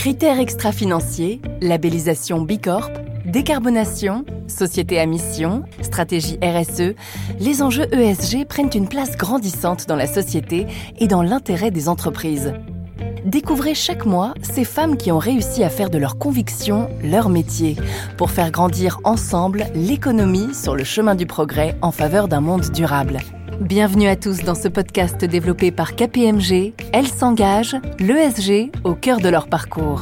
Critères extra-financiers, labellisation Bicorp, décarbonation, société à mission, stratégie RSE, les enjeux ESG prennent une place grandissante dans la société et dans l'intérêt des entreprises. Découvrez chaque mois ces femmes qui ont réussi à faire de leur conviction leur métier pour faire grandir ensemble l'économie sur le chemin du progrès en faveur d'un monde durable. Bienvenue à tous dans ce podcast développé par KPMG. Elles s'engagent, l'ESG au cœur de leur parcours.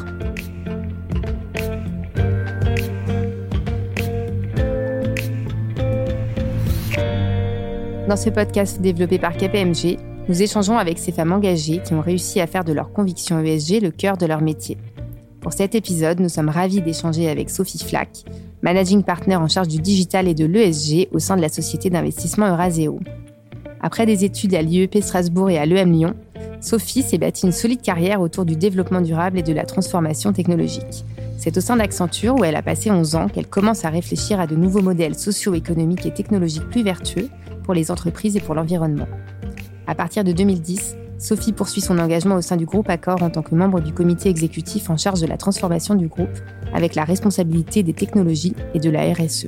Dans ce podcast développé par KPMG, nous échangeons avec ces femmes engagées qui ont réussi à faire de leur conviction ESG le cœur de leur métier. Pour cet épisode, nous sommes ravis d'échanger avec Sophie Flack, managing partner en charge du digital et de l'ESG au sein de la société d'investissement Eurazeo. Après des études à l'IEP Strasbourg et à l'EM Lyon, Sophie s'est bâtie une solide carrière autour du développement durable et de la transformation technologique. C'est au sein d'Accenture, où elle a passé 11 ans, qu'elle commence à réfléchir à de nouveaux modèles socio-économiques et technologiques plus vertueux pour les entreprises et pour l'environnement. À partir de 2010, Sophie poursuit son engagement au sein du groupe Accor en tant que membre du comité exécutif en charge de la transformation du groupe, avec la responsabilité des technologies et de la RSE.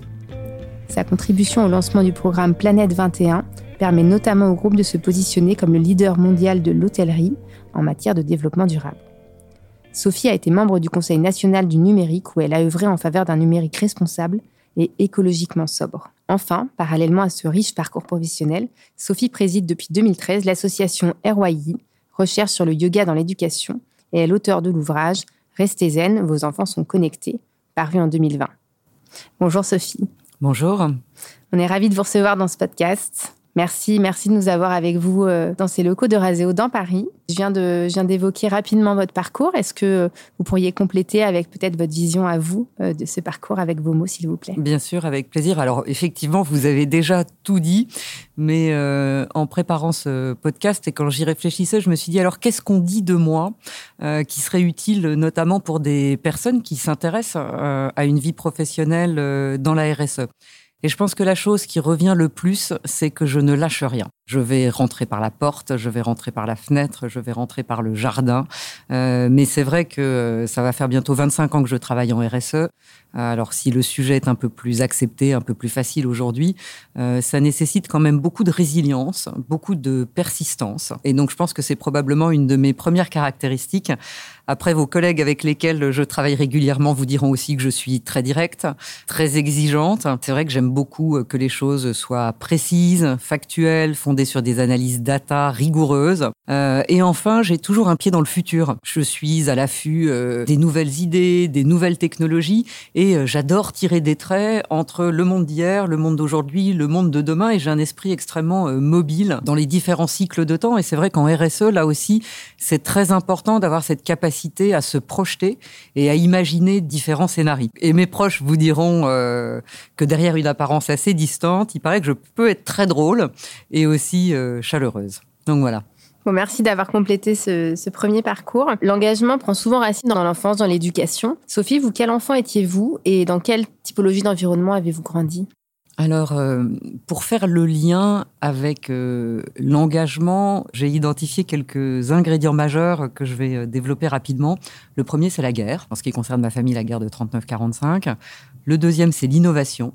Sa contribution au lancement du programme Planète 21 permet notamment au groupe de se positionner comme le leader mondial de l'hôtellerie en matière de développement durable. Sophie a été membre du Conseil national du numérique où elle a œuvré en faveur d'un numérique responsable et écologiquement sobre. Enfin, parallèlement à ce riche parcours professionnel, Sophie préside depuis 2013 l'association RYI, Recherche sur le yoga dans l'éducation, et est l'auteure de l'ouvrage « Restez zen, vos enfants sont connectés », paru en 2020. Bonjour Sophie. Bonjour. On est ravis de vous recevoir dans ce podcast. Merci de nous avoir avec vous dans ces locaux d'Eurazeo dans Paris. Je viens d'évoquer rapidement votre parcours. Est-ce que vous pourriez compléter avec peut-être votre vision à vous de ce parcours avec vos mots, s'il vous plaît ? Bien sûr, avec plaisir. Alors, effectivement, vous avez déjà tout dit, mais en préparant ce podcast et quand j'y réfléchissais, je me suis dit, alors, qu'est-ce qu'on dit de moi qui serait utile, notamment pour des personnes qui s'intéressent à une vie professionnelle dans la RSE ? Et je pense que la chose qui revient le plus, c'est que je ne lâche rien. Je vais rentrer par la porte, je vais rentrer par la fenêtre, je vais rentrer par le jardin. Mais c'est vrai que ça va faire bientôt 25 ans que je travaille en RSE. Alors si le sujet est un peu plus accepté, un peu plus facile aujourd'hui, ça nécessite quand même beaucoup de résilience, beaucoup de persistance. Et donc je pense que c'est probablement une de mes premières caractéristiques. Après, vos collègues avec lesquels je travaille régulièrement vous diront aussi que je suis très directe, très exigeante. C'est vrai que j'aime beaucoup que les choses soient précises, factuelles, fondées sur des analyses data rigoureuses. Et enfin, j'ai toujours un pied dans le futur. Je suis à l'affût des nouvelles idées, des nouvelles technologies et j'adore tirer des traits entre le monde d'hier, le monde d'aujourd'hui, le monde de demain et j'ai un esprit extrêmement mobile dans les différents cycles de temps. Et c'est vrai qu'en RSE, là aussi, c'est très important d'avoir cette capacité à se projeter et à imaginer différents scénarios. Et mes proches vous diront que derrière une apparence assez distante, il paraît que je peux être très drôle et aussi chaleureuse. Donc voilà. Bon, merci d'avoir complété ce premier parcours. L'engagement prend souvent racine dans l'enfance, dans l'éducation. Sophie, vous, quel enfant étiez-vous et dans quelle typologie d'environnement avez-vous grandi ? Alors, pour faire le lien avec l'engagement, j'ai identifié quelques ingrédients majeurs que je vais développer rapidement. Le premier, c'est la guerre. En ce qui concerne ma famille, la guerre de 39-45. Le deuxième, c'est l'innovation.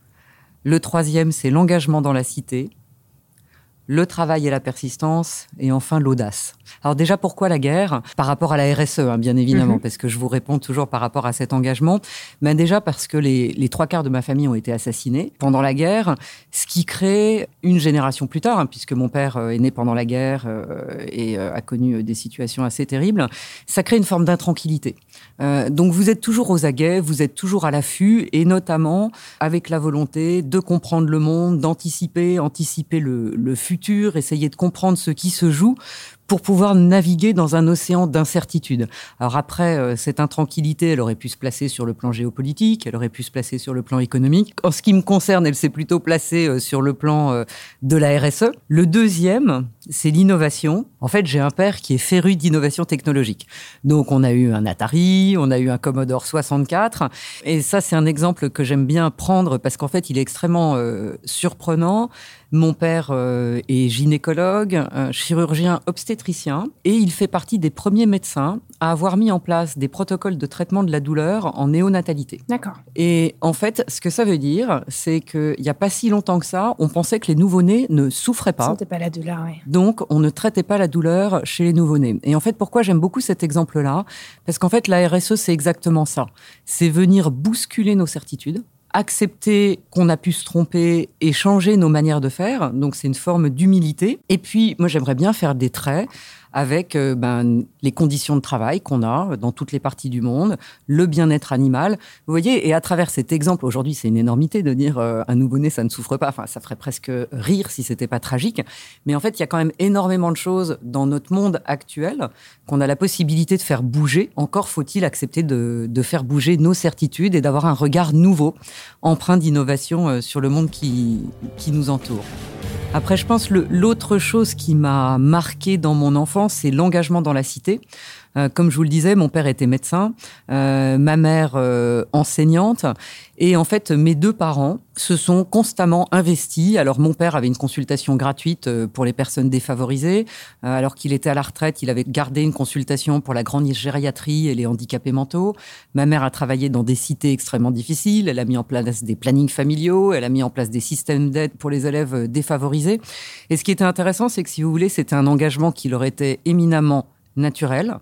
Le troisième, c'est l'engagement dans la cité. Le travail et la persistance, et enfin l'audace. Alors déjà, pourquoi la guerre ? Par rapport à la RSE, bien évidemment, parce que je vous réponds toujours par rapport à cet engagement. Mais déjà parce que les 3/4 de ma famille ont été assassinés pendant la guerre, ce qui crée une génération plus tard, puisque mon père est né pendant la guerre et a connu des situations assez terribles, ça crée une forme d'intranquillité. Donc vous êtes toujours aux aguets, vous êtes toujours à l'affût, et notamment avec la volonté de comprendre le monde, anticiper le futur, essayer de comprendre ce qui se joue pour pouvoir naviguer dans un océan d'incertitude. Alors après, cette intranquillité, elle aurait pu se placer sur le plan géopolitique, elle aurait pu se placer sur le plan économique. En ce qui me concerne, elle s'est plutôt placée sur le plan de la RSE. Le deuxième, c'est l'innovation. En fait, j'ai un père qui est féru d'innovation technologique. Donc, on a eu un Atari, on a eu un Commodore 64. Et ça, c'est un exemple que j'aime bien prendre parce qu'en fait, il est extrêmement surprenant. Mon père est gynécologue, chirurgien obstétricien, et il fait partie des premiers médecins à avoir mis en place des protocoles de traitement de la douleur en néonatalité. D'accord. Et en fait, ce que ça veut dire, c'est qu'il n'y a pas si longtemps que ça, on pensait que les nouveau-nés ne souffraient pas. Ne sentait pas la douleur, oui. Donc, on ne traitait pas la douleur chez les nouveau-nés. Et en fait, pourquoi j'aime beaucoup cet exemple-là ? Parce qu'en fait, la RSE, c'est exactement ça. C'est venir bousculer nos certitudes, accepter qu'on a pu se tromper et changer nos manières de faire. Donc, c'est une forme d'humilité. Et puis, moi, j'aimerais bien faire des traits avec les conditions de travail qu'on a dans toutes les parties du monde, le bien-être animal. Vous voyez, et à travers cet exemple, aujourd'hui, c'est une énormité de dire un nouveau-né, ça ne souffre pas. Enfin, ça ferait presque rire si c'était pas tragique. Mais en fait, il y a quand même énormément de choses dans notre monde actuel qu'on a la possibilité de faire bouger. Encore faut-il accepter de faire bouger nos certitudes et d'avoir un regard nouveau, empreint d'innovation sur le monde qui nous entoure. Après, je pense l'autre chose qui m'a marquée dans mon enfance, c'est l'engagement dans la cité. Comme je vous le disais, mon père était médecin, ma mère enseignante. Et en fait, mes deux parents se sont constamment investis. Alors, mon père avait une consultation gratuite pour les personnes défavorisées. Alors qu'il était à la retraite, il avait gardé une consultation pour la grande gériatrie et les handicapés mentaux. Ma mère a travaillé dans des cités extrêmement difficiles. Elle a mis en place des plannings familiaux. Elle a mis en place des systèmes d'aide pour les élèves défavorisés. Et ce qui était intéressant, c'est que, si vous voulez, c'était un engagement qui leur était éminemment naturel,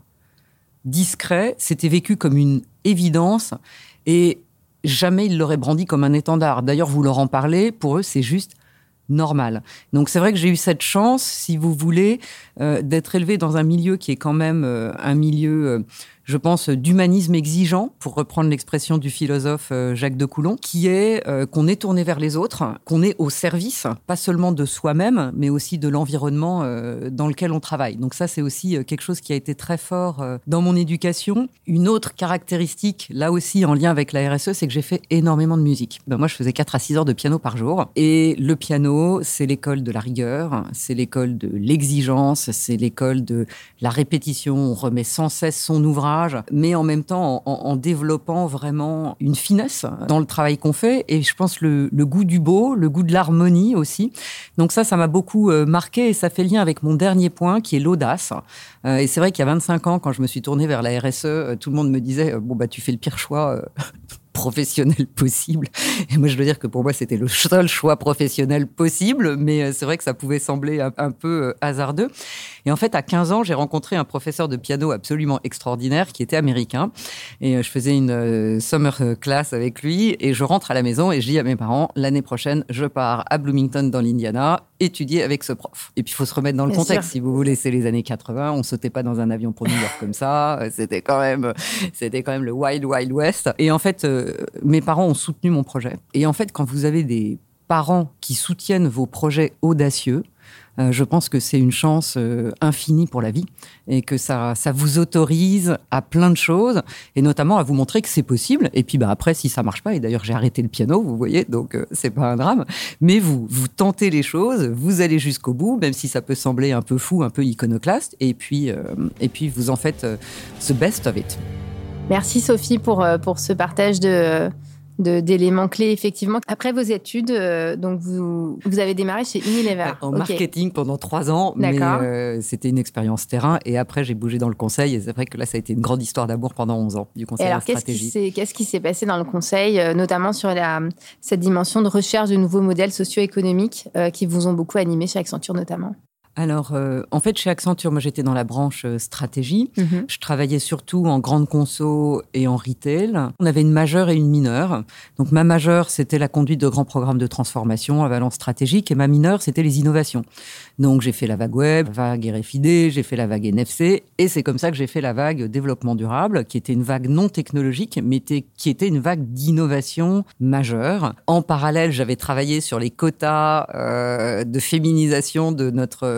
discret, c'était vécu comme une évidence et jamais ils l'auraient brandi comme un étendard. D'ailleurs, vous leur en parlez, pour eux, c'est juste normal. Donc, c'est vrai que j'ai eu cette chance, si vous voulez, d'être élevé dans un milieu qui est quand même un milieu, je pense, d'humanisme exigeant, pour reprendre l'expression du philosophe Jacques de Coulon, qui est qu'on est tourné vers les autres, qu'on est au service, pas seulement de soi-même, mais aussi de l'environnement dans lequel on travaille. Donc ça, c'est aussi quelque chose qui a été très fort dans mon éducation. Une autre caractéristique, là aussi en lien avec la RSE, c'est que j'ai fait énormément de musique. Moi, je faisais 4 à 6 heures de piano par jour. Et le piano, c'est l'école de la rigueur, c'est l'école de l'exigence, c'est l'école de la répétition. On remet sans cesse son ouvrage, mais en même temps en développant vraiment une finesse dans le travail qu'on fait, et je pense le goût du beau, le goût de l'harmonie aussi. Donc ça m'a beaucoup marqué, et ça fait lien avec mon dernier point qui est l'audace. Et c'est vrai qu'il y a 25 ans, quand je me suis tournée vers la RSE, tout le monde me disait tu fais le pire choix professionnel possible. Et moi, je dois dire que pour moi, c'était le seul choix professionnel possible, mais c'est vrai que ça pouvait sembler un peu hasardeux. Et en fait, à 15 ans, j'ai rencontré un professeur de piano absolument extraordinaire qui était américain. Et je faisais une summer class avec lui, et je rentre à la maison et je dis à mes parents, l'année prochaine, je pars à Bloomington dans l'Indiana étudier avec ce prof. Et puis, il faut se remettre dans le contexte. Si vous voulez, c'est les années 80. On sautait pas dans un avion pour New York comme ça. C'était quand même le Wild Wild West. Et en fait, mes parents ont soutenu mon projet. Et en fait, quand vous avez des parents qui soutiennent vos projets audacieux, je pense que c'est une chance infinie pour la vie, et que ça vous autorise à plein de choses, et notamment à vous montrer que c'est possible. Et puis après, si ça marche pas, et d'ailleurs j'ai arrêté le piano, vous voyez, donc c'est pas un drame, mais vous tentez les choses, vous allez jusqu'au bout, même si ça peut sembler un peu fou, un peu iconoclaste, et puis vous en faites the best of it. Merci Sophie pour ce partage d'éléments clés, effectivement. Après vos études, donc vous avez démarré chez Unilever. En marketing pendant 3 ans, mais c'était une expérience terrain. Et après, j'ai bougé dans le conseil. Et c'est vrai que là, ça a été une grande histoire d'amour pendant 11 ans, du conseil en stratégie. Qu'est-ce qui s'est passé dans le conseil, notamment sur cette dimension de recherche de nouveaux modèles socio-économiques qui vous ont beaucoup animé chez Accenture notamment? Alors, en fait, chez Accenture, moi, j'étais dans la branche stratégie. Je travaillais surtout en grande conso et en retail. On avait une majeure et une mineure. Donc, ma majeure, c'était la conduite de grands programmes de transformation à valence stratégique, et ma mineure, c'était les innovations. Donc, j'ai fait la vague web, vague RFID, j'ai fait la vague NFC, et c'est comme ça que j'ai fait la vague développement durable, qui était une vague non technologique, mais qui était une vague d'innovation majeure. En parallèle, j'avais travaillé sur les quotas de féminisation de notre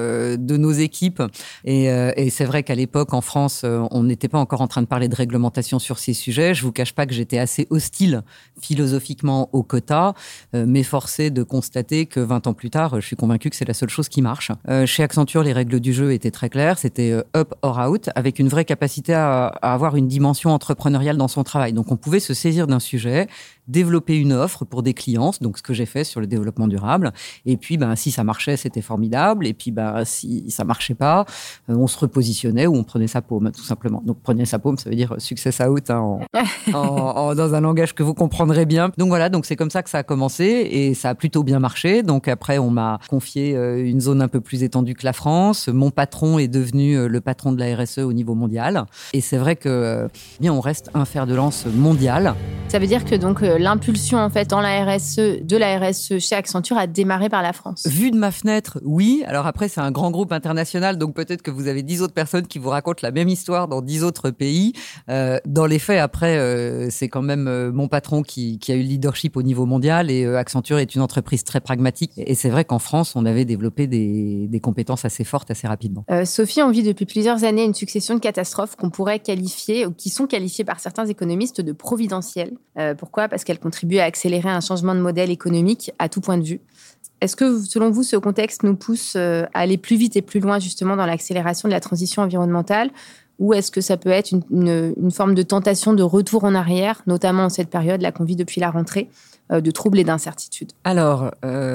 de nos équipes. Et c'est vrai qu'à l'époque, en France, on n'était pas encore en train de parler de réglementation sur ces sujets. Je vous cache pas que j'étais assez hostile philosophiquement aux quotas, mais forcé de constater que 20 ans plus tard, je suis convaincu que c'est la seule chose qui marche. Chez Accenture, les règles du jeu étaient très claires. C'était up or out, avec une vraie capacité à avoir une dimension entrepreneuriale dans son travail. Donc, on pouvait se saisir d'un sujet, développer une offre pour des clients, donc ce que j'ai fait sur le développement durable. Et puis, si ça marchait, c'était formidable. Et puis, si ça marchait pas, on se repositionnait ou on prenait sa paume, tout simplement. Donc, prenez sa paume, ça veut dire success out, dans un langage que vous comprendrez bien. Donc voilà, donc c'est comme ça que ça a commencé et ça a plutôt bien marché. Donc après, on m'a confié une zone un peu plus étendue que la France. Mon patron est devenu le patron de la RSE au niveau mondial. Et c'est vrai que, on reste un fer de lance mondial. Ça veut dire que donc l'impulsion en fait de la RSE chez Accenture a démarré par la France. Vu de ma fenêtre, oui. Alors après, c'est un grand groupe international, donc peut-être que vous avez 10 autres personnes qui vous racontent la même histoire dans 10 autres pays. Dans les faits, après, c'est quand même mon patron qui a eu le leadership au niveau mondial et Accenture est une entreprise très pragmatique. Et c'est vrai qu'en France, on avait développé des compétences assez fortes assez rapidement. Sophie, on vit depuis plusieurs années une succession de catastrophes qu'on pourrait qualifier, ou qui sont qualifiées par certains économistes de providentielles. Pourquoi ? Parce qu'elles contribuent à accélérer un changement de modèle économique à tout point de vue. Est-ce que, selon vous, ce contexte nous pousse à aller plus vite et plus loin justement dans l'accélération de la transition environnementale ? Ou est-ce que ça peut être une forme de tentation de retour en arrière, notamment en cette période là qu'on vit depuis la rentrée, de troubles et d'incertitudes ? Alors,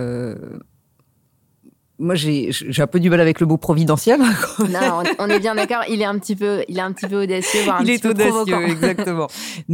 moi, j'ai un peu du mal avec le mot providentiel. Non, on est bien d'accord. Il est un petit peu audacieux, voire un petit peu provoquant. Il est audacieux, exactement.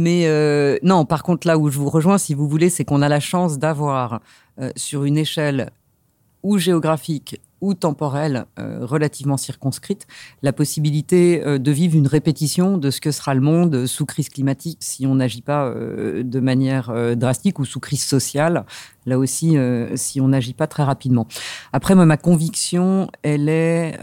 Mais non, par contre, là où je vous rejoins, si vous voulez, c'est qu'on a la chance d'avoir, sur une échelle ou géographique ou temporelle relativement circonscrite, la possibilité de vivre une répétition de ce que sera le monde sous crise climatique si on n'agit pas de manière drastique ou sous crise sociale, là aussi, si on n'agit pas très rapidement. Après, moi, ma conviction, elle est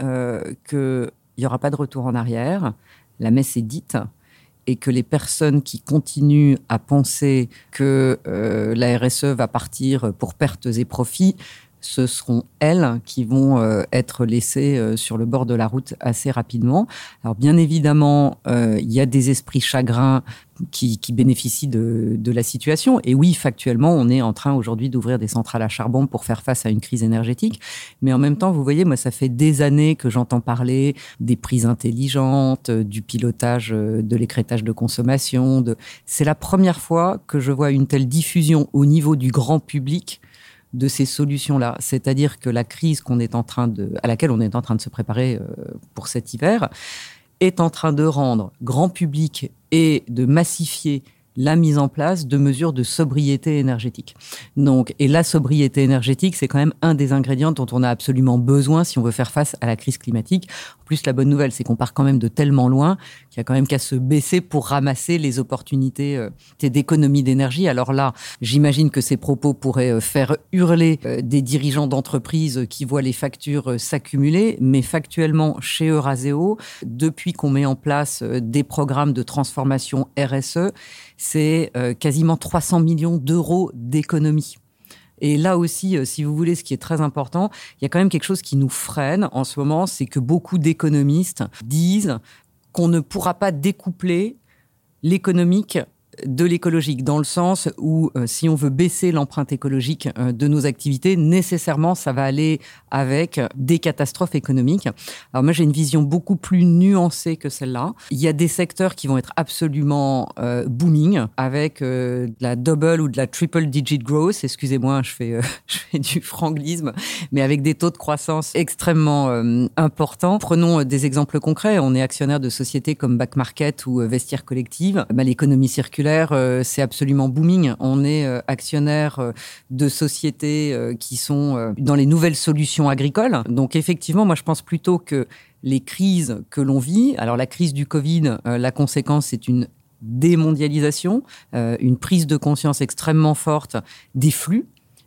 qu'il n'y aura pas de retour en arrière. La messe est dite. Et que les personnes qui continuent à penser que la RSE va partir pour pertes et profits, ce seront elles qui vont être laissées sur le bord de la route assez rapidement. Alors bien évidemment, il y a des esprits chagrins qui bénéficient de la situation. Et oui, factuellement, on est en train aujourd'hui d'ouvrir des centrales à charbon pour faire face à une crise énergétique. Mais en même temps, vous voyez, moi, ça fait des années que j'entends parler des prises intelligentes, du pilotage de l'écrêtage de consommation. C'est la première fois que je vois une telle diffusion au niveau du grand public de ces solutions-là. C'est-à-dire que la crise à laquelle on est en train de se préparer pour cet hiver est en train de rendre grand public et de massifier la mise en place de mesures de sobriété énergétique. Donc, et la sobriété énergétique, c'est quand même un des ingrédients dont on a absolument besoin si on veut faire face à la crise climatique. En plus, la bonne nouvelle, c'est qu'on part quand même de tellement loin qu'il y a quand même qu'à se baisser pour ramasser les opportunités d'économie d'énergie. Alors là, j'imagine que ces propos pourraient faire hurler des dirigeants d'entreprises qui voient les factures s'accumuler, mais factuellement, chez Eurazeo, depuis qu'on met en place des programmes de transformation RSE, c'est quasiment 300 millions d'euros d'économies. Et là aussi, si vous voulez, ce qui est très important, il y a quand même quelque chose qui nous freine en ce moment, c'est que beaucoup d'économistes disent qu'on ne pourra pas découpler l'économique de l'écologique, dans le sens où si on veut baisser l'empreinte écologique de nos activités, nécessairement ça va aller avec des catastrophes économiques. Alors moi j'ai une vision beaucoup plus nuancée que celle-là. Il y a des secteurs qui vont être absolument booming, avec de la double ou de la triple digit growth, excusez-moi, je fais du franglisme, mais avec des taux de croissance extrêmement importants. Prenons des exemples concrets, on est actionnaire de sociétés comme Back Market ou Vestiaire Collective. L'économie circulaire, c'est absolument booming. On est actionnaire de sociétés qui sont dans les nouvelles solutions agricoles. Donc effectivement, moi je pense plutôt que les crises que l'on vit, alors la crise du Covid, la conséquence c'est une démondialisation, une prise de conscience extrêmement forte des flux.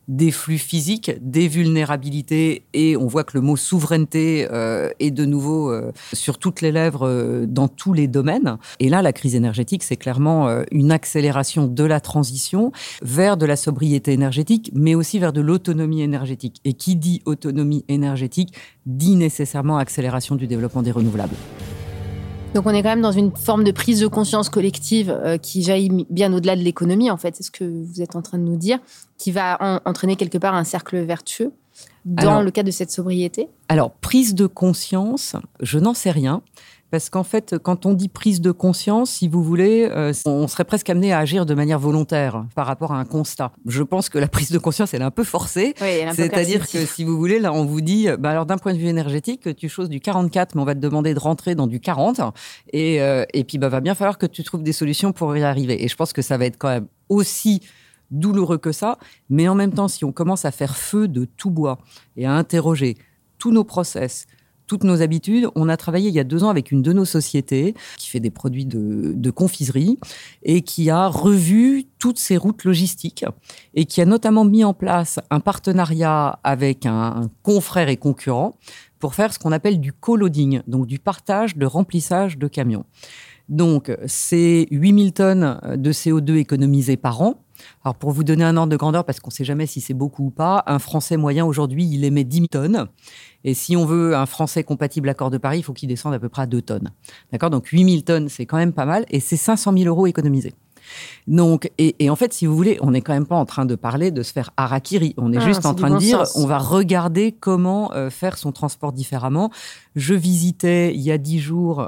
des flux physiques, des vulnérabilités, et on voit que le mot souveraineté est de nouveau sur toutes les lèvres dans tous les domaines. Et là, la crise énergétique, c'est clairement une accélération de la transition vers de la sobriété énergétique, mais aussi vers de l'autonomie énergétique. Et qui dit autonomie énergétique dit nécessairement accélération du développement des renouvelables. Donc on est quand même dans une forme de prise de conscience collective qui jaillit bien au-delà de l'économie, en fait, c'est ce que vous êtes en train de nous dire, qui va entraîner quelque part un cercle vertueux dans le cadre de cette sobriété. Alors, prise de conscience, je n'en sais rien. Parce qu'en fait, quand on dit prise de conscience, si vous voulez, on serait presque amené à agir de manière volontaire par rapport à un constat. Je pense que la prise de conscience, elle est un peu forcée. Oui, elle est un peu C'est-à-dire que si vous voulez, là, on vous dit, alors d'un point de vue énergétique, tu choses du 44, mais on va te demander de rentrer dans du 40. Et puis, va bien falloir que tu trouves des solutions pour y arriver. Et je pense que ça va être quand même aussi douloureux que ça. Mais en même temps, si on commence à faire feu de tout bois et à interroger tous nos process, toutes nos habitudes. On a travaillé il y a 2 ans avec une de nos sociétés qui fait des produits de confiserie et qui a revu toutes ses routes logistiques et qui a notamment mis en place un partenariat avec un confrère et concurrent pour faire ce qu'on appelle du co-loading, donc du partage de remplissage de camions. Donc, c'est 8000 tonnes de CO2 économisées par an. Alors, pour vous donner un ordre de grandeur, parce qu'on ne sait jamais si c'est beaucoup ou pas, un Français moyen, aujourd'hui, il émet 10 000 tonnes. Et si on veut un Français compatible Accord de Paris, il faut qu'il descende à peu près à 2 tonnes. D'accord ? Donc, 8000 tonnes, c'est quand même pas mal. Et c'est 500 000 € économisés. Donc, et en fait, si vous voulez, on n'est quand même pas en train de parler de se faire harakiri. On est juste en train de dire, on va regarder comment faire son transport différemment. Je visitais il y a 10 jours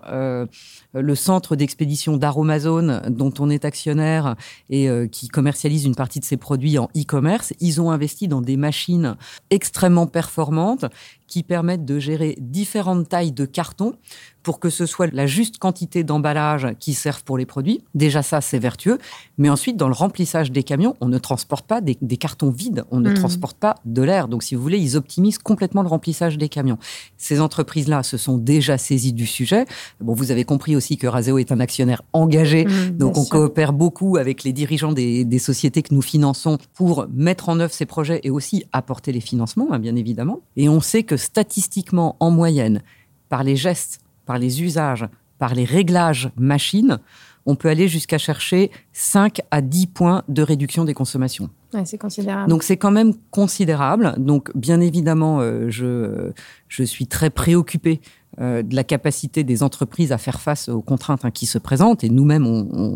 le centre d'expédition d'Aromazone, dont on est actionnaire et qui commercialise une partie de ses produits en e-commerce. Ils ont investi dans des machines extrêmement performantes qui permettent de gérer différentes tailles de cartons pour que ce soit la juste quantité d'emballage qui servent pour les produits. Déjà, ça, c'est vertueux. Mais ensuite, dans le remplissage des camions, on ne transporte pas des cartons vides. On ne transporte pas de l'air. Donc, si vous voulez, ils optimisent complètement le remplissage des camions. Ces entreprises-là se sont déjà saisies du sujet. Bon, vous avez compris aussi que Razeo est un actionnaire engagé. Donc, on coopère beaucoup avec les dirigeants des sociétés que nous finançons pour mettre en œuvre ces projets et aussi apporter les financements, bien évidemment. Et on sait que statistiquement, en moyenne, par les gestes, par les usages, par les réglages machines, on peut aller jusqu'à chercher 5 à 10 points de réduction des consommations. Ouais, c'est considérable. Donc, c'est quand même considérable. Donc, bien évidemment, je suis très préoccupée de la capacité des entreprises à faire face aux contraintes qui se présentent. Et nous-mêmes,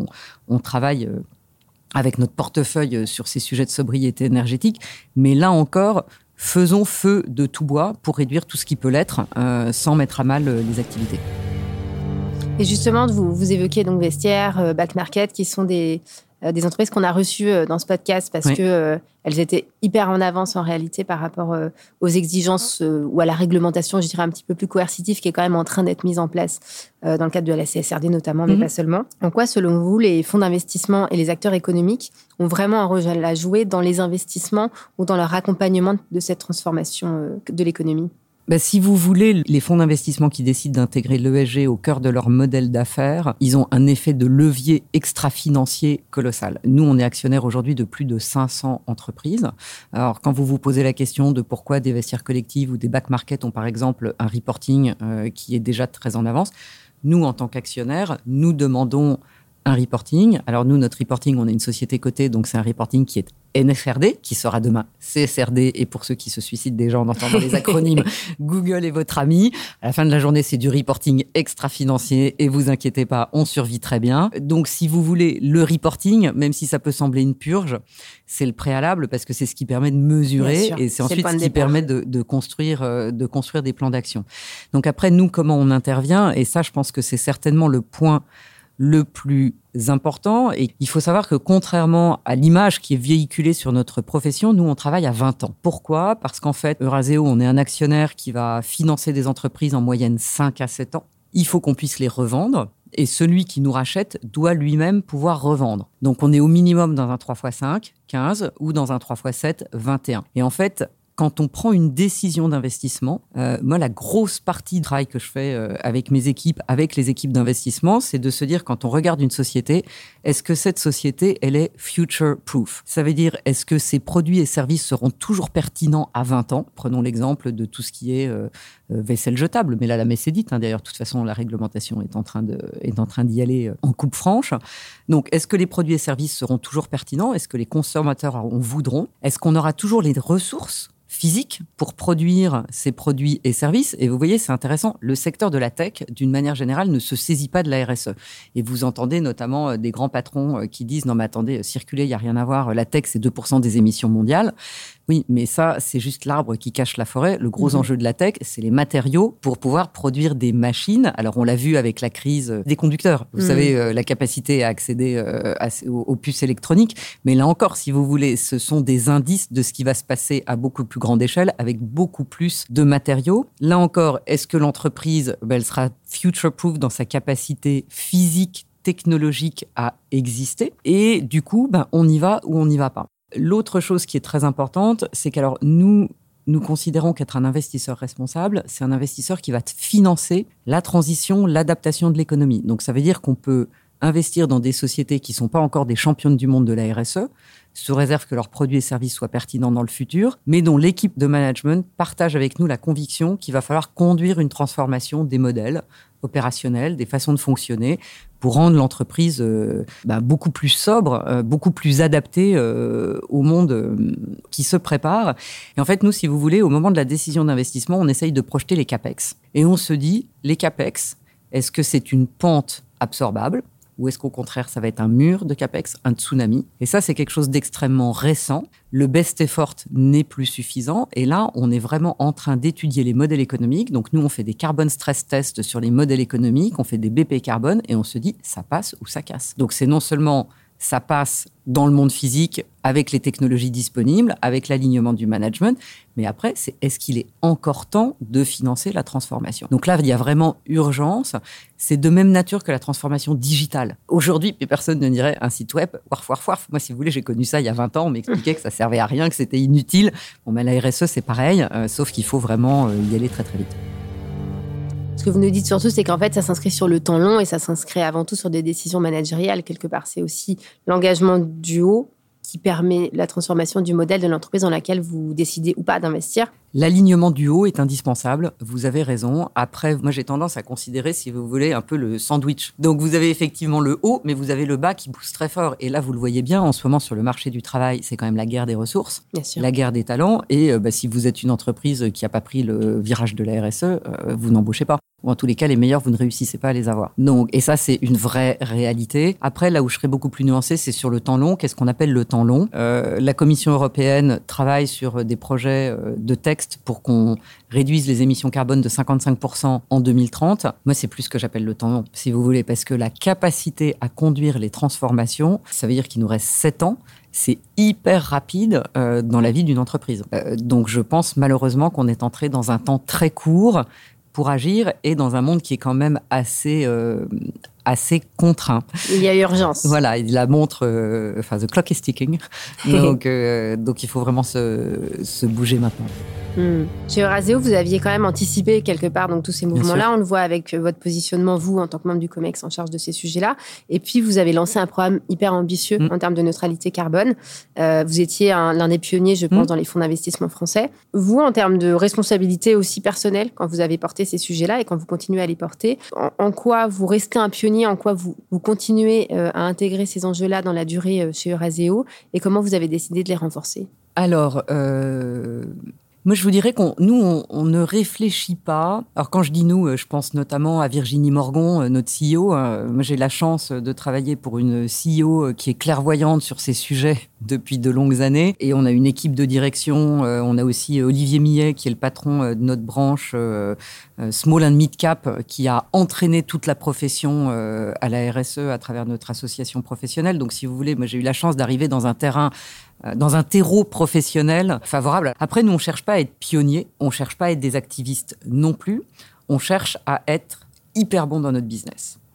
on travaille avec notre portefeuille sur ces sujets de sobriété énergétique. Mais là encore, faisons feu de tout bois pour réduire tout ce qui peut l'être sans mettre à mal les activités. Et justement, vous évoquez donc Vestiaire, Back Market, qui sont des entreprises qu'on a reçues dans ce podcast parce que elles étaient hyper en avance en réalité par rapport aux exigences ou à la réglementation, je dirais un petit peu plus coercitive, qui est quand même en train d'être mise en place dans le cadre de la CSRD notamment, mais pas seulement. En quoi, selon vous, les fonds d'investissement et les acteurs économiques ont vraiment un rôle à jouer dans les investissements ou dans leur accompagnement de cette transformation de l'économie ? Si vous voulez, les fonds d'investissement qui décident d'intégrer l'ESG au cœur de leur modèle d'affaires, ils ont un effet de levier extra-financier colossal. Nous, on est actionnaire aujourd'hui de plus de 500 entreprises. Alors, quand vous vous posez la question de pourquoi des vestiaires collectifs ou des back market ont par exemple un reporting qui est déjà très en avance, nous, en tant qu'actionnaires, nous demandons un reporting. Alors nous, notre reporting, on est une société cotée, donc c'est un reporting qui est NFRD, qui sera demain CSRD, et pour ceux qui se suicident déjà en entendant les acronymes, Google est votre ami. À la fin de la journée, c'est du reporting extra-financier, et vous inquiétez pas, on survit très bien. Donc si vous voulez, le reporting, même si ça peut sembler une purge, c'est le préalable, parce que c'est ce qui permet de mesurer, et c'est ensuite ce qui permet de construire des plans d'action. Donc après, nous, comment on intervient, et ça, je pense que c'est certainement le point le plus important. Et il faut savoir que contrairement à l'image qui est véhiculée sur notre profession, nous, on travaille à 20 ans. Pourquoi ? Parce qu'en fait, Euraseo, on est un actionnaire qui va financer des entreprises en moyenne 5 à 7 ans. Il faut qu'on puisse les revendre. Et celui qui nous rachète doit lui-même pouvoir revendre. Donc, on est au minimum dans un 3x5, 15, ou dans un 3x7, 21. Et en fait, quand on prend une décision d'investissement, moi, la grosse partie du travail que je fais avec mes équipes, avec les équipes d'investissement, c'est de se dire, quand on regarde une société, est-ce que cette société, elle est future-proof? Ça veut dire, est-ce que ses produits et services seront toujours pertinents à 20 ans? Prenons l'exemple de tout ce qui est vaisselle jetable. Mais là, la messe est dite. D'ailleurs, de toute façon, la réglementation est en train d'y aller en coupe franche. Donc, est-ce que les produits et services seront toujours pertinents? Est-ce que les consommateurs en voudront? Est-ce qu'on aura toujours les ressources physiques pour produire ces produits et services? Et vous voyez, c'est intéressant, le secteur de la tech, d'une manière générale, ne se saisit pas de la RSE. Et vous entendez notamment des grands patrons qui disent « Non mais attendez, circuler, il n'y a rien à voir, la tech, c'est 2% des émissions mondiales ». Oui, mais ça, c'est juste l'arbre qui cache la forêt. Le gros enjeu de la tech, c'est les matériaux pour pouvoir produire des machines. Alors, on l'a vu avec la crise des conducteurs. Vous savez, la capacité à accéder aux puces électroniques. Mais là encore, si vous voulez, ce sont des indices de ce qui va se passer à beaucoup plus grande échelle, avec beaucoup plus de matériaux. Là encore, est-ce que l'entreprise, elle sera future-proof dans sa capacité physique, technologique à exister? Et du coup, on y va ou on n'y va pas. L'autre chose qui est très importante, c'est qu'alors nous considérons qu'être un investisseur responsable, c'est un investisseur qui va financer la transition, l'adaptation de l'économie. Donc ça veut dire qu'on peut investir dans des sociétés qui ne sont pas encore des championnes du monde de la RSE, sous réserve que leurs produits et services soient pertinents dans le futur, mais dont l'équipe de management partage avec nous la conviction qu'il va falloir conduire une transformation des modèles opérationnels, des façons de fonctionner, pour rendre l'entreprise beaucoup plus sobre, beaucoup plus adaptée au monde qui se prépare. Et en fait, nous, si vous voulez, au moment de la décision d'investissement, on essaye de projeter les CAPEX. Et on se dit, les CAPEX, est-ce que c'est une pente absorbable? Ou est-ce qu'au contraire, ça va être un mur de CAPEX, un tsunami? Et ça, c'est quelque chose d'extrêmement récent. Le best effort n'est plus suffisant. Et là, on est vraiment en train d'étudier les modèles économiques. Donc, nous, on fait des carbone stress tests sur les modèles économiques, on fait des BP carbone et on se dit, ça passe ou ça casse. Donc, c'est non seulement ça passe dans le monde physique avec les technologies disponibles, avec l'alignement du management, mais après, c'est est-ce qu'il est encore temps de financer la transformation? Donc là, il y a vraiment urgence. C'est de même nature que la transformation digitale. Aujourd'hui, personne ne dirait un site web, warf. Moi, si vous voulez, j'ai connu ça il y a 20 ans, on m'expliquait que ça servait à rien, que c'était inutile. Bon, la RSE, c'est pareil, sauf qu'il faut vraiment y aller très, très vite. Ce que vous nous dites surtout, c'est qu'en fait, ça s'inscrit sur le temps long et ça s'inscrit avant tout sur des décisions managériales. Quelque part, c'est aussi l'engagement du haut qui permet la transformation du modèle de l'entreprise dans laquelle vous décidez ou pas d'investir. L'alignement du haut est indispensable, vous avez raison. Après, moi j'ai tendance à considérer, si vous voulez, un peu le sandwich. Donc vous avez effectivement le haut, mais vous avez le bas qui pousse très fort. Et là, vous le voyez bien, en ce moment sur le marché du travail, c'est quand même la guerre des ressources, la guerre des talents. Et si vous êtes une entreprise qui n'a pas pris le virage de la RSE, vous n'embauchez pas. Ou en tous les cas, les meilleurs, vous ne réussissez pas à les avoir. Donc, et ça, c'est une vraie réalité. Après, là où je serais beaucoup plus nuancée, c'est sur le temps long. Qu'est-ce qu'on appelle le temps long? La Commission européenne travaille sur des projets de texte pour qu'on réduise les émissions carbone de 55% en 2030. Moi, c'est plus ce que j'appelle le temps long, si vous voulez, parce que la capacité à conduire les transformations, ça veut dire qu'il nous reste 7 ans. C'est hyper rapide dans la vie d'une entreprise. Donc, je pense malheureusement qu'on est entré dans un temps très court pour agir et dans un monde qui est quand même assez contraint. Il y a urgence. Voilà, la montre, the clock is ticking. Donc il faut vraiment se bouger maintenant. Chez Eurazeo, vous aviez quand même anticipé quelque part donc, tous ces mouvements-là. On le voit avec votre positionnement, vous, en tant que membre du COMEX en charge de ces sujets-là. Et puis, vous avez lancé un programme hyper ambitieux en termes de neutralité carbone. Vous étiez l'un des pionniers, je pense, dans les fonds d'investissement français. Vous, en termes de responsabilité aussi personnelle, quand vous avez porté ces sujets-là et quand vous continuez à les porter, en quoi vous restez un pionnier, en quoi vous continuez à intégrer ces enjeux-là dans la durée chez Eurazeo et comment vous avez décidé de les renforcer? Alors, moi, je vous dirais qu'on ne réfléchit pas. Alors, quand je dis nous, je pense notamment à Virginie Morgon, notre CEO. Moi, j'ai la chance de travailler pour une CEO qui est clairvoyante sur ces sujets depuis de longues années. Et on a une équipe de direction. On a aussi Olivier Millet, qui est le patron de notre branche Small and Mid Cap, qui a entraîné toute la profession à la RSE à travers notre association professionnelle. Donc, si vous voulez, moi, j'ai eu la chance d'arriver dans un terreau professionnel favorable. Après, nous, on ne cherche pas à être pionniers, on ne cherche pas à être des activistes non plus, on cherche à être hyper bon dans notre business.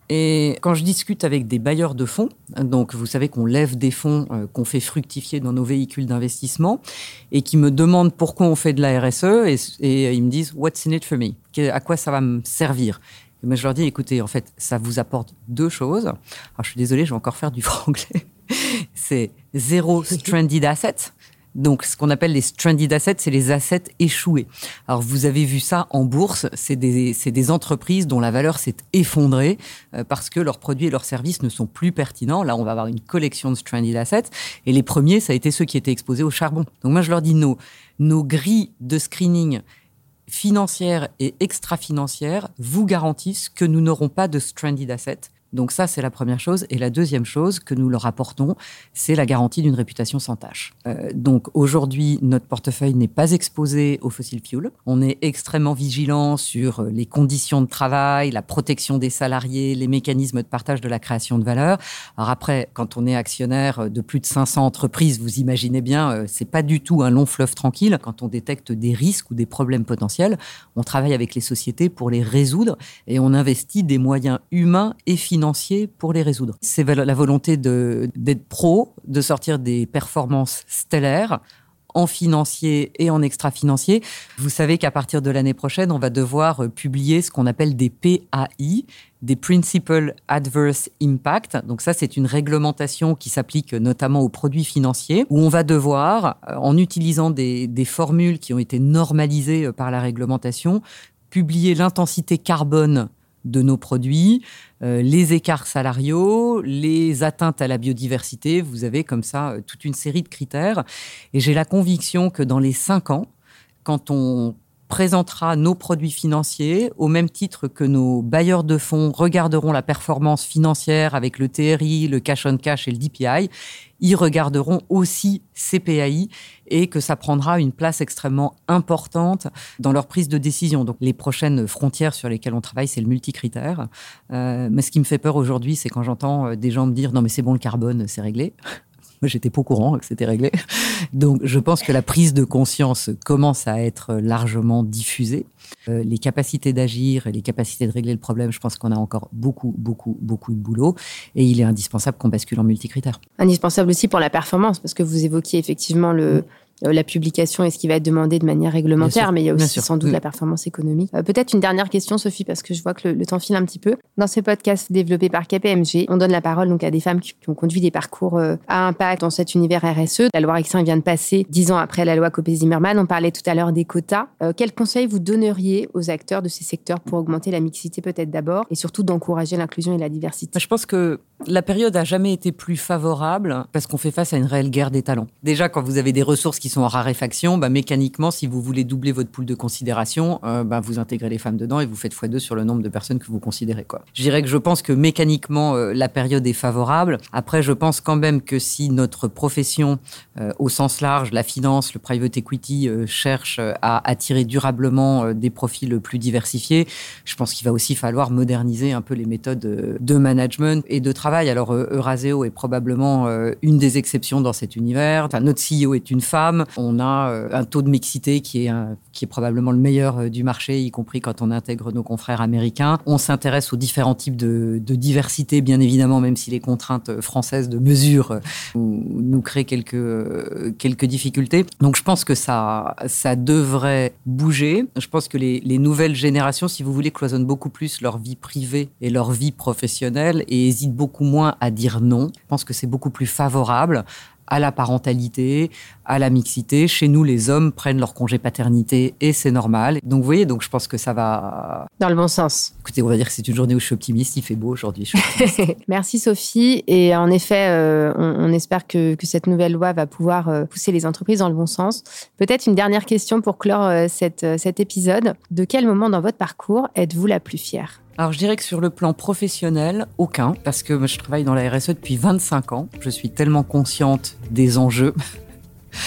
Et quand je discute avec des bailleurs de fonds, donc vous savez qu'on lève des fonds qu'on fait fructifier dans nos véhicules d'investissement et qui me demandent pourquoi on fait de la RSE et ils me disent « What's in it for me ?» À quoi ça va me servir ? Et moi, je leur dis « Écoutez, en fait, ça vous apporte 2 choses. » Alors, je suis désolée, je vais encore faire du franglais. C'est zéro stranded asset. Donc, ce qu'on appelle les stranded assets, c'est les assets échoués. Alors, vous avez vu ça en bourse, c'est des entreprises dont la valeur s'est effondrée parce que leurs produits et leurs services ne sont plus pertinents. Là, on va avoir une collection de stranded assets. Et les premiers, ça a été ceux qui étaient exposés au charbon. Donc, moi, je leur dis, nos grilles de screening financières et extra-financières vous garantissent que nous n'aurons pas de stranded assets. Donc ça, c'est la première chose. Et la deuxième chose que nous leur apportons, c'est la garantie d'une réputation sans tache. Donc aujourd'hui, notre portefeuille n'est pas exposé aux fossil fuels. On est extrêmement vigilant sur les conditions de travail, la protection des salariés, les mécanismes de partage de la création de valeur. Alors après, quand on est actionnaire de plus de 500 entreprises, vous imaginez bien, c'est pas du tout un long fleuve tranquille. Quand on détecte des risques ou des problèmes potentiels, on travaille avec les sociétés pour les résoudre et on investit des moyens humains et financiers pour les résoudre. C'est la volonté d'être pro, de sortir des performances stellaires en financier et en extra-financier. Vous savez qu'à partir de l'année prochaine, on va devoir publier ce qu'on appelle des PAI, des Principal Adverse Impact. Donc ça, c'est une réglementation qui s'applique notamment aux produits financiers, où on va devoir, en utilisant des formules qui ont été normalisées par la réglementation, publier l'intensité carbone de nos produits, les écarts salariaux, les atteintes à la biodiversité. Vous avez comme ça toute une série de critères. Et j'ai la conviction que dans les 5 ans, quand on présentera nos produits financiers, au même titre que nos bailleurs de fonds regarderont la performance financière avec le TRI, le cash on cash et le DPI, ils regarderont aussi ces PAI et que ça prendra une place extrêmement importante dans leur prise de décision. Donc, les prochaines frontières sur lesquelles on travaille, c'est le multicritère. Mais ce qui me fait peur aujourd'hui, c'est quand j'entends des gens me dire « Non, mais c'est bon, le carbone, c'est réglé ». Moi, j'étais pas au courant que c'était réglé. Donc, je pense que la prise de conscience commence à être largement diffusée. Les capacités d'agir et les capacités de régler le problème, je pense qu'on a encore beaucoup de boulot. Et il est indispensable qu'on bascule en multicritères. Indispensable aussi pour la performance, parce que vous évoquiez effectivement la publication et ce qui va être demandé de manière réglementaire, mais il y a aussi sans doute la performance économique. Peut-être une dernière question, Sophie, parce que je vois que le temps file un petit peu. Dans ce podcast développé par KPMG, on donne la parole donc à des femmes qui ont conduit des parcours à impact dans cet univers RSE. La loi X1 vient de passer 10 ans après la loi Copé-Zimmermann. On parlait tout à l'heure des quotas. Quels conseils vous donneriez aux acteurs de ces secteurs pour augmenter la mixité peut-être d'abord et surtout d'encourager l'inclusion et la diversité? Je pense que la période n'a jamais été plus favorable parce qu'on fait face à une réelle guerre des talents. Déjà, quand vous avez des ressources qui sont en raréfaction, mécaniquement, si vous voulez doubler votre pool de considération, vous intégrez les femmes dedans et vous faites x2 sur le nombre de personnes que vous considérez. Je dirais que je pense que mécaniquement, la période est favorable. Après, je pense quand même que si notre profession, au sens large, la finance, le private equity, cherche à attirer durablement des profils plus diversifiés, je pense qu'il va aussi falloir moderniser un peu les méthodes de management et de travail. Alors, Eurazeo est probablement une des exceptions dans cet univers. Enfin, notre CEO est une femme. On a un taux de mixité qui est probablement le meilleur du marché, y compris quand on intègre nos confrères américains. On s'intéresse aux différents types de diversité, bien évidemment, même si les contraintes françaises de mesure nous créent quelques difficultés. Donc, je pense que ça devrait bouger. Je pense que les nouvelles générations, si vous voulez, cloisonnent beaucoup plus leur vie privée et leur vie professionnelle et hésitent beaucoup moins à dire non. Je pense que c'est beaucoup plus favorable à la parentalité, à la mixité. Chez nous, les hommes prennent leur congé paternité et c'est normal. Donc, vous voyez, je pense que ça va... Dans le bon sens. Écoutez, on va dire que c'est une journée où je suis optimiste. Il fait beau aujourd'hui. Merci Sophie. Et en effet, on espère que cette nouvelle loi va pouvoir pousser les entreprises dans le bon sens. Peut-être une dernière question pour clore cet épisode. De quel moment dans votre parcours êtes-vous la plus fière ? Alors, je dirais que sur le plan professionnel, aucun, parce que je travaille dans la RSE depuis 25 ans. Je suis tellement consciente des enjeux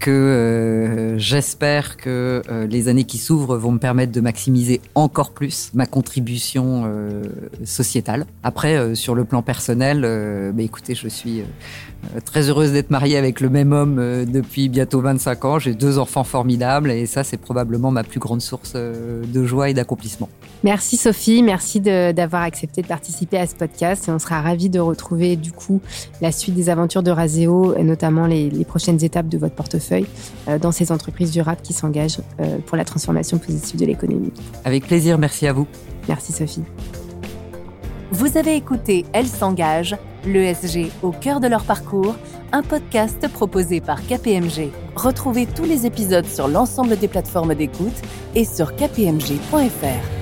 que j'espère que les années qui s'ouvrent vont me permettre de maximiser encore plus ma contribution sociétale. Après, sur le plan personnel, écoutez, je suis très heureuse d'être mariée avec le même homme depuis bientôt 25 ans. J'ai 2 enfants formidables et ça, c'est probablement ma plus grande source de joie et d'accomplissement. Merci Sophie, merci d'avoir accepté de participer à ce podcast et on sera ravis de retrouver du coup la suite des aventures de Razeo et notamment les prochaines étapes de votre portefeuille dans ces entreprises durables qui s'engagent pour la transformation positive de l'économie. Avec plaisir, merci à vous. Merci Sophie. Vous avez écouté Elles s'engagent, l'ESG au cœur de leur parcours, un podcast proposé par KPMG. Retrouvez tous les épisodes sur l'ensemble des plateformes d'écoute et sur kpmg.fr.